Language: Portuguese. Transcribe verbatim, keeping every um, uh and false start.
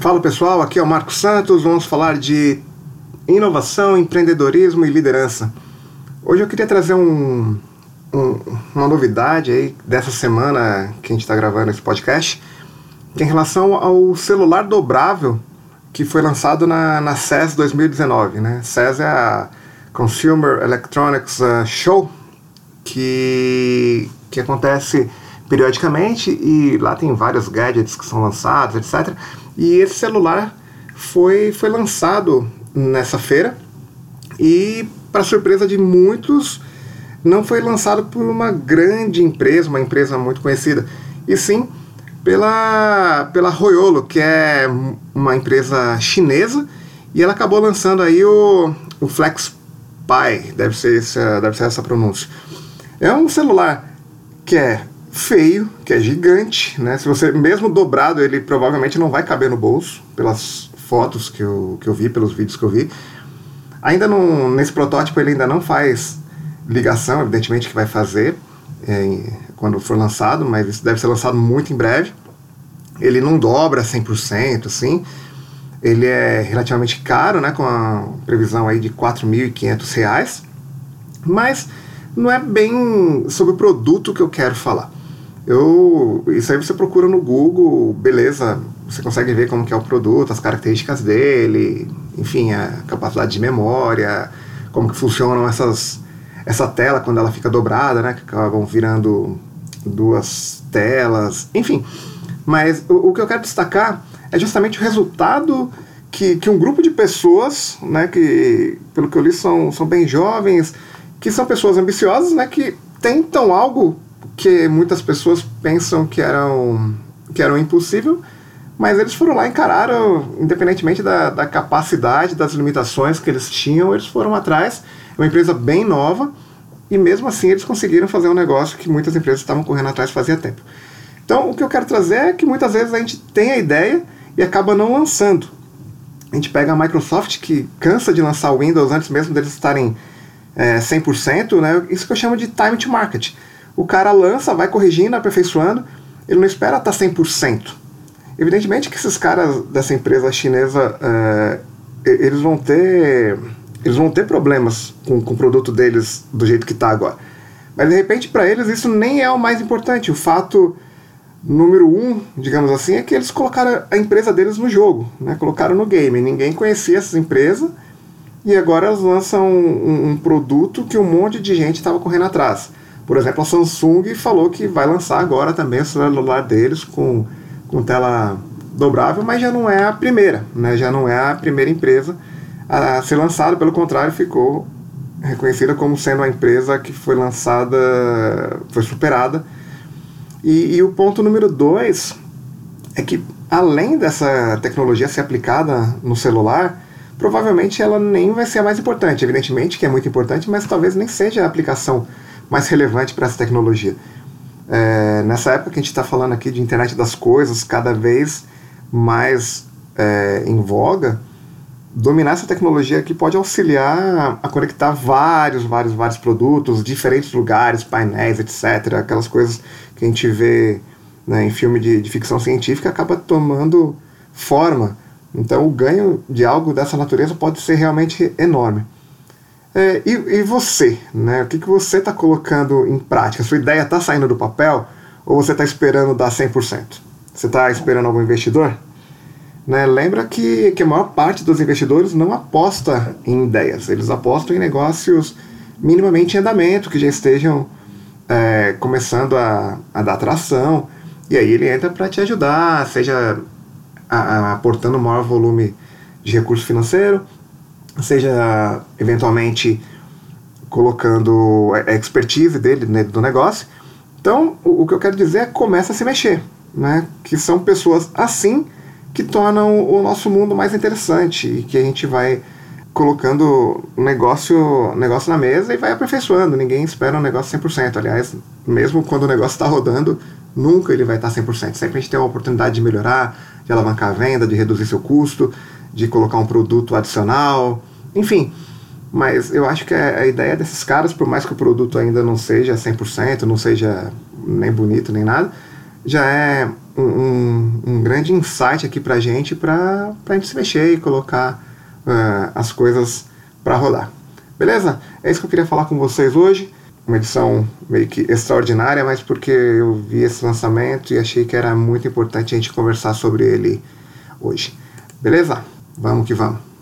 Fala pessoal, aqui é o Marcos Santos, vamos falar de inovação, empreendedorismo e liderança. Hoje eu queria trazer um, um, uma novidade aí dessa semana que a gente está gravando esse podcast, que é em relação ao celular dobrável que foi lançado na, na C E S dois mil e dezenove. Né? C E S é a Consumer Electronics uh, Show, que, que acontece periodicamente e lá tem vários gadgets que são lançados, etcétera. E esse celular foi, foi lançado nessa feira e, para surpresa de muitos, não foi lançado por uma grande empresa, uma empresa muito conhecida, e sim pela, pela Hoyolo, que é uma empresa chinesa, e ela acabou lançando aí o, o FlexPai, deve ser, essa, deve ser essa pronúncia. É um celular que é feio, que é gigante, né? Se você, mesmo dobrado, ele provavelmente não vai caber no bolso, pelas fotos que eu, que eu vi, pelos vídeos que eu vi. Ainda não, nesse protótipo ele ainda não faz ligação, evidentemente que vai fazer é, quando for lançado, mas isso deve ser lançado muito em breve. Ele não dobra cem por cento, assim. Ele é relativamente caro, né? Com a previsão aí de quatro mil e quinhentos reais, mas não é bem sobre o produto que eu quero falar. Eu, isso aí você procura no Google, beleza, você consegue ver como que é o produto, as características dele, enfim, a capacidade de memória, como que funcionam essas, essa tela quando ela fica dobrada, né, que acabam virando duas telas, enfim. Mas o, o que eu quero destacar é justamente o resultado que, que um grupo de pessoas, né, que pelo que eu li são, são bem jovens, que são pessoas ambiciosas, né, que tentam algo que muitas pessoas pensam que eram, que eram impossível, mas eles foram lá e encararam, independentemente da, da capacidade, das limitações que eles tinham, eles foram atrás. É uma empresa bem nova, e mesmo assim eles conseguiram fazer um negócio que muitas empresas estavam correndo atrás fazia tempo. Então o que eu quero trazer é que muitas vezes a gente tem a ideia e acaba não lançando. A gente pega a Microsoft, que cansa de lançar o Windows antes mesmo deles estarem é, cem por cento, né? Isso que eu chamo de time to market. O cara lança, vai corrigindo, aperfeiçoando, ele não espera estar cem por cento. Evidentemente que esses caras dessa empresa chinesa, é, eles vão ter eles vão ter problemas com, com o produto deles do jeito que está agora. Mas de repente para eles isso nem é o mais importante. O fato número um, digamos assim, é que eles colocaram a empresa deles no jogo, né? Colocaram no game. Ninguém conhecia essa empresa e agora elas lançam um, um produto que um monte de gente estava correndo atrás. Por exemplo, a Samsung falou que vai lançar agora também o celular deles com, com tela dobrável, mas já não é a primeira, né? Já não é a primeira empresa a ser lançada, pelo contrário, ficou reconhecida como sendo a empresa que foi lançada, foi superada. E, e o ponto número dois é que, além dessa tecnologia ser aplicada no celular, provavelmente ela nem vai ser a mais importante. Evidentemente que é muito importante, mas talvez nem seja a aplicação mais relevante para essa tecnologia. É, nessa época que a gente está falando aqui de internet das coisas, cada vez mais é, em voga, dominar essa tecnologia aqui pode auxiliar a conectar vários, vários, vários produtos, diferentes lugares, painéis, etcétera. Aquelas coisas que a gente vê, né, em filme de, de ficção científica, acaba tomando forma. Então o ganho de algo dessa natureza pode ser realmente enorme. É, e, e você, né? O que, que você está colocando em prática? Sua ideia está saindo do papel ou você está esperando dar cem por cento? Você está esperando algum investidor? Né? Lembra que, que a maior parte dos investidores não aposta em ideias, eles apostam em negócios minimamente em andamento, que já estejam é, começando a, a dar tração, e aí ele entra para te ajudar, seja a, a, aportando um maior volume de recurso financeiro, seja eventualmente colocando a expertise dele dentro do negócio. Então, o, o que eu quero dizer é que começa a se mexer, né? Que são pessoas assim que tornam o nosso mundo mais interessante e que a gente vai colocando o negócio, negócio na mesa e vai aperfeiçoando. Ninguém espera um negócio cem por cento. Aliás, mesmo quando o negócio está rodando, nunca ele vai estar cem por cento. Sempre a gente tem uma oportunidade de melhorar, de alavancar a venda, de reduzir seu custo, de colocar um produto adicional, enfim. Mas eu acho que a, a ideia desses caras, por mais que o produto ainda não seja cem por cento, não seja nem bonito nem nada, já é um, um, um grande insight aqui pra gente, pra, pra gente se mexer e colocar uh, as coisas pra rodar. Beleza? É isso que eu queria falar com vocês hoje. Uma edição meio que extraordinária, mas porque eu vi esse lançamento e achei que era muito importante a gente conversar sobre ele hoje. Beleza? Vamos que vamos.